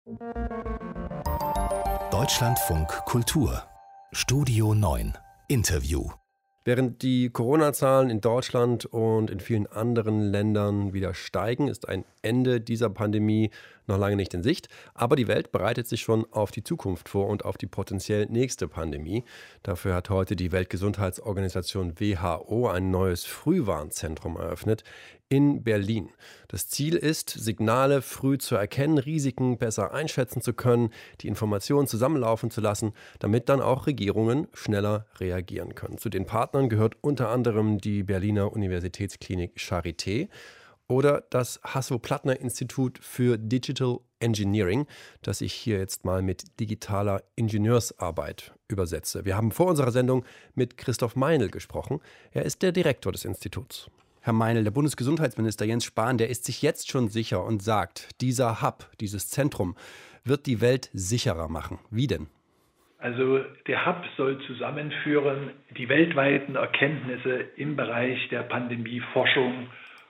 Deutschlandfunk Kultur Studio 9 Interview. Während die Corona-Zahlen in Deutschland und in vielen anderen Ländern wieder steigen, ist ein Ende dieser Pandemie noch lange nicht in Sicht. Aber die Welt bereitet sich schon auf die Zukunft vor und auf die potenziell nächste Pandemie. Dafür hat heute die Weltgesundheitsorganisation WHO ein neues Frühwarnzentrum eröffnet in Berlin. Das Ziel ist, Signale früh zu erkennen, Risiken besser einschätzen zu können, die Informationen zusammenlaufen zu lassen, damit dann auch Regierungen schneller reagieren können. Zu den Partnern gehört unter anderem die Berliner Universitätsklinik Charité oder das Hasso-Plattner-Institut für Digital Engineering, das ich hier jetzt mal mit digitaler Ingenieursarbeit übersetze. Wir haben vor unserer Sendung mit Christoph Meinl gesprochen. Er ist der Direktor des Instituts. Herr Meinl, der Bundesgesundheitsminister Jens Spahn, der ist sich jetzt schon sicher und sagt, dieser Hub, dieses Zentrum, wird die Welt sicherer machen. Wie denn? Also der Hub soll zusammenführen die weltweiten Erkenntnisse im Bereich der Pandemieforschung,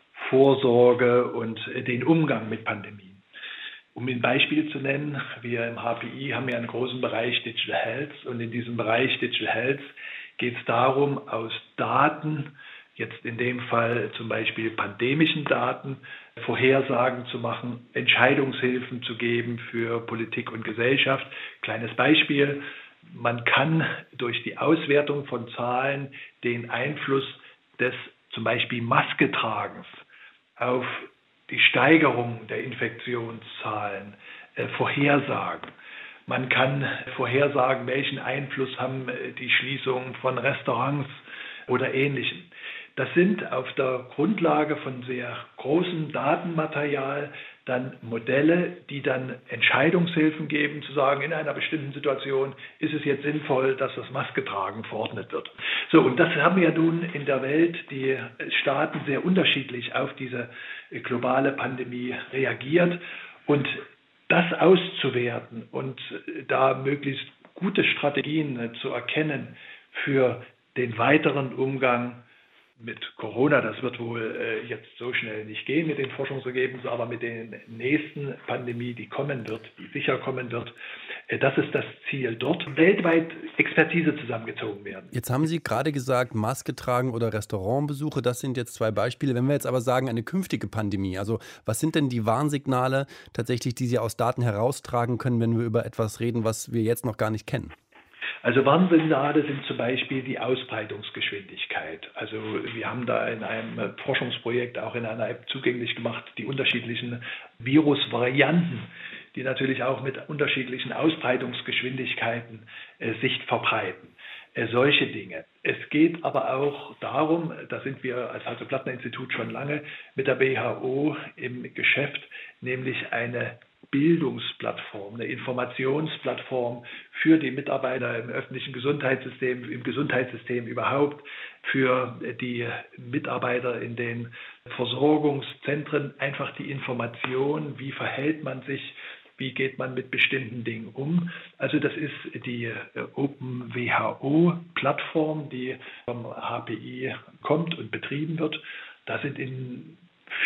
Vorsorge und den Umgang mit Pandemien. Um ein Beispiel zu nennen, wir im HPI haben ja einen großen Bereich Digital Health und in diesem Bereich Digital Health geht es darum, aus Daten, jetzt in dem Fall zum Beispiel pandemischen Daten, Vorhersagen zu machen, Entscheidungshilfen zu geben für Politik und Gesellschaft. Kleines Beispiel, man kann durch die Auswertung von Zahlen den Einfluss des zum Beispiel Masketragens auf die Steigerung der Infektionszahlen vorhersagen. Man kann vorhersagen, welchen Einfluss haben die Schließungen von Restaurants oder Ähnlichem. Das sind auf der Grundlage von sehr großem Datenmaterial dann Modelle, die dann Entscheidungshilfen geben, zu sagen, in einer bestimmten Situation ist es jetzt sinnvoll, dass das Masketragen verordnet wird. So, und das haben ja nun in der Welt die Staaten sehr unterschiedlich auf diese globale Pandemie reagiert. Und das auszuwerten und da möglichst gute Strategien zu erkennen für den weiteren Umgang mit Corona, das wird wohl jetzt so schnell nicht gehen mit den Forschungsergebnissen, aber mit der nächsten Pandemie, die kommen wird, die sicher kommen wird, das ist das Ziel, dort weltweit Expertise zusammengezogen werden. Jetzt haben Sie gerade gesagt, Maske tragen oder Restaurantbesuche, das sind jetzt zwei Beispiele. Wenn wir jetzt aber sagen, eine künftige Pandemie, also was sind denn die Warnsignale tatsächlich, die Sie aus Daten heraustragen können, wenn wir über etwas reden, was wir jetzt noch gar nicht kennen? Also Warnsignale sind zum Beispiel die Ausbreitungsgeschwindigkeit. Also wir haben da in einem Forschungsprojekt auch in einer App zugänglich gemacht, die unterschiedlichen Virusvarianten, die natürlich auch mit unterschiedlichen Ausbreitungsgeschwindigkeiten sich verbreiten. Solche Dinge. Es geht aber auch darum, da sind wir als Hasso-Plattner-Institut schon lange mit der WHO im Geschäft, nämlich eine Bildungsplattform, eine Informationsplattform für die Mitarbeiter im öffentlichen Gesundheitssystem, im Gesundheitssystem überhaupt, für die Mitarbeiter in den Versorgungszentren, einfach die Information, wie verhält man sich, wie geht man mit bestimmten Dingen um. Also das ist die Open WHO-Plattform, die vom HPI kommt und betrieben wird. Da sind in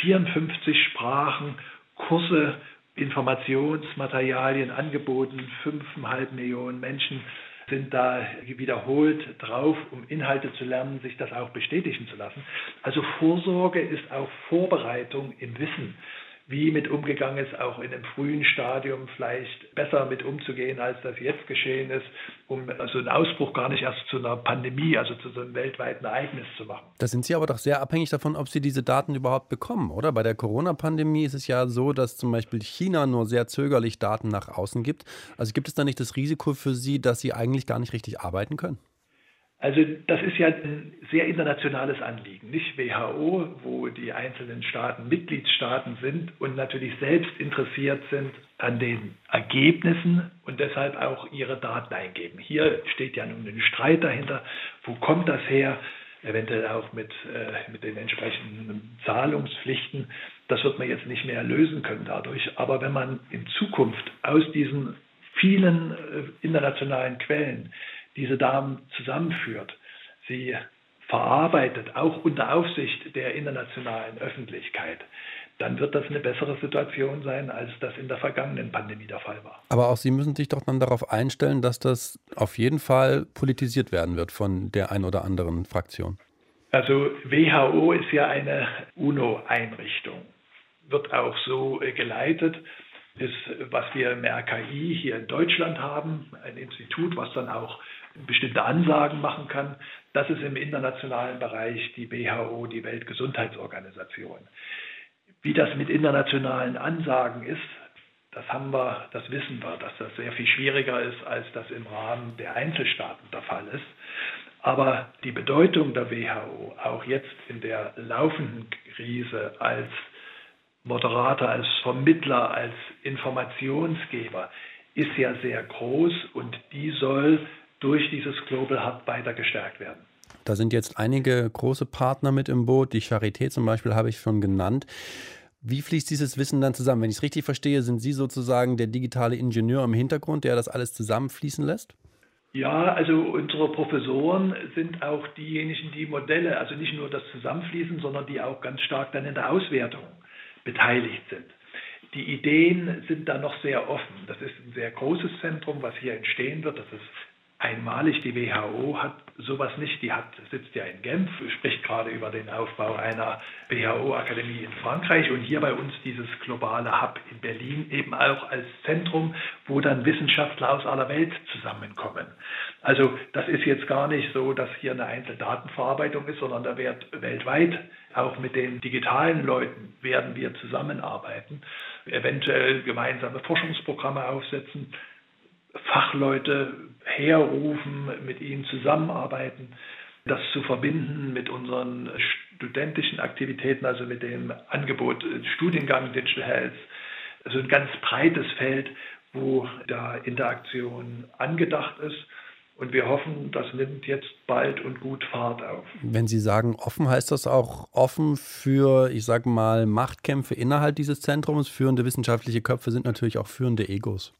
54 Sprachen Kurse, Informationsmaterialien angeboten. 5,5 Millionen Menschen sind da wiederholt drauf, um Inhalte zu lernen, sich das auch bestätigen zu lassen. Also Vorsorge ist auch Vorbereitung im Wissen, wie mit umgegangen ist, auch in einem frühen Stadium vielleicht besser mit umzugehen, als das jetzt geschehen ist, um also einen Ausbruch gar nicht erst zu einer Pandemie, also zu so einem weltweiten Ereignis zu machen. Da sind Sie aber doch sehr abhängig davon, ob Sie diese Daten überhaupt bekommen, oder? Bei der Corona-Pandemie ist es ja so, dass zum Beispiel China nur sehr zögerlich Daten nach außen gibt. Also gibt es da nicht das Risiko für Sie, dass Sie eigentlich gar nicht richtig arbeiten können? Also das ist ja ein sehr internationales Anliegen, nicht WHO, wo die einzelnen Staaten Mitgliedstaaten sind und natürlich selbst interessiert sind an den Ergebnissen und deshalb auch ihre Daten eingeben. Hier steht ja nun ein Streit dahinter, wo kommt das her, eventuell auch mit den entsprechenden Zahlungspflichten. Das wird man jetzt nicht mehr lösen können dadurch, aber wenn man in Zukunft aus diesen vielen internationalen Quellen diese Daten zusammenführt, sie verarbeitet, auch unter Aufsicht der internationalen Öffentlichkeit, dann wird das eine bessere Situation sein, als das in der vergangenen Pandemie der Fall war. Aber auch Sie müssen sich doch dann darauf einstellen, dass das auf jeden Fall politisiert werden wird von der ein oder anderen Fraktion. Also WHO ist ja eine UNO-Einrichtung, wird auch so geleitet, ist, was wir im RKI hier in Deutschland haben, ein Institut, was dann auch bestimmte Ansagen machen kann. Das ist im internationalen Bereich die WHO, die Weltgesundheitsorganisation. Wie das mit internationalen Ansagen ist, das wissen wir, dass das sehr viel schwieriger ist, als das im Rahmen der Einzelstaaten der Fall ist. Aber die Bedeutung der WHO, auch jetzt in der laufenden Krise als Moderator, als Vermittler, als Informationsgeber, ist ja sehr groß und die soll durch dieses Global Hub weiter gestärkt werden. Da sind jetzt einige große Partner mit im Boot. Die Charité zum Beispiel habe ich schon genannt. Wie fließt dieses Wissen dann zusammen? Wenn ich es richtig verstehe, sind Sie sozusagen der digitale Ingenieur im Hintergrund, der das alles zusammenfließen lässt? Ja, also unsere Professoren sind auch diejenigen, die Modelle, also nicht nur das Zusammenfließen, sondern die auch ganz stark dann in der Auswertung beteiligt sind. Die Ideen sind da noch sehr offen. Das ist ein sehr großes Zentrum, was hier entstehen wird. Das ist einmalig. Die WHO hat sowas nicht. Die sitzt ja in Genf, spricht gerade über den Aufbau einer WHO-Akademie in Frankreich und hier bei uns dieses globale Hub in Berlin eben auch als Zentrum, wo dann Wissenschaftler aus aller Welt zusammenkommen. Also das ist jetzt gar nicht so, dass hier eine Einzeldatenverarbeitung ist, sondern da wird weltweit auch mit den digitalen Leuten werden wir zusammenarbeiten, eventuell gemeinsame Forschungsprogramme aufsetzen, Fachleute herrufen, mit ihnen zusammenarbeiten, das zu verbinden mit unseren studentischen Aktivitäten, also mit dem Angebot Studiengang Digital Health. Also ein ganz breites Feld, wo da Interaktion angedacht ist. Und wir hoffen, das nimmt jetzt bald und gut Fahrt auf. Wenn Sie sagen offen, heißt das auch offen für, ich sage mal, Machtkämpfe innerhalb dieses Zentrums? Führende wissenschaftliche Köpfe sind natürlich auch führende Egos.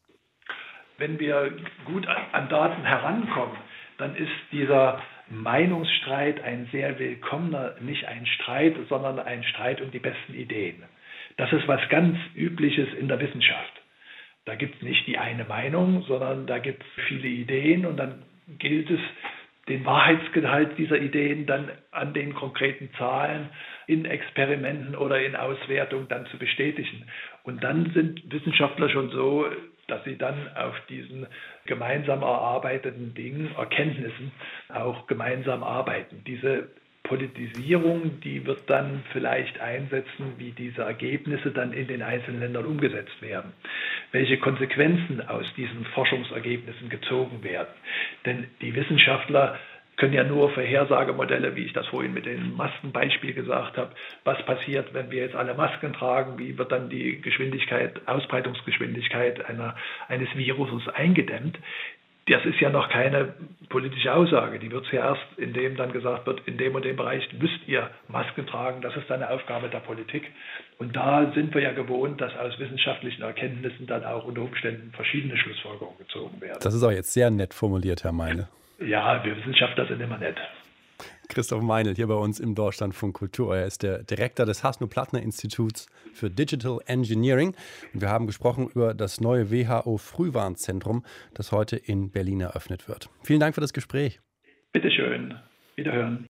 Wenn wir gut an Daten herankommen, dann ist dieser Meinungsstreit ein sehr willkommener, nicht ein Streit, sondern ein Streit um die besten Ideen. Das ist was ganz Übliches in der Wissenschaft. Da gibt es nicht die eine Meinung, sondern da gibt es viele Ideen und dann gilt es, den Wahrheitsgehalt dieser Ideen dann an den konkreten Zahlen in Experimenten oder in Auswertung dann zu bestätigen. Und dann sind Wissenschaftler schon so, dass sie dann auf diesen gemeinsam erarbeiteten Dingen, Erkenntnissen auch gemeinsam arbeiten. Diese Politisierung, die wird dann vielleicht einsetzen, wie diese Ergebnisse dann in den einzelnen Ländern umgesetzt werden. Welche Konsequenzen aus diesen Forschungsergebnissen gezogen werden. Denn die Wissenschaftler können ja nur Vorhersagemodelle, wie ich das vorhin mit dem Maskenbeispiel gesagt habe, was passiert, wenn wir jetzt alle Masken tragen, wie wird dann die Ausbreitungsgeschwindigkeit eines Viruses eingedämmt. Das ist ja noch keine politische Aussage. Die wird es ja erst, indem dann gesagt wird, in dem und dem Bereich müsst ihr Masken tragen. Das ist dann eine Aufgabe der Politik. Und da sind wir ja gewohnt, dass aus wissenschaftlichen Erkenntnissen dann auch unter Umständen verschiedene Schlussfolgerungen gezogen werden. Das ist auch jetzt sehr nett formuliert, Herr Meinl. Ja, wir Wissenschaftler sind immer nett. Christoph Meinl hier bei uns im Deutschlandfunk Kultur. Er ist der Direktor des Hasso-Plattner-Instituts für Digital Engineering. Und wir haben gesprochen über das neue WHO-Frühwarnzentrum, das heute in Berlin eröffnet wird. Vielen Dank für das Gespräch. Bitte schön. Wiederhören.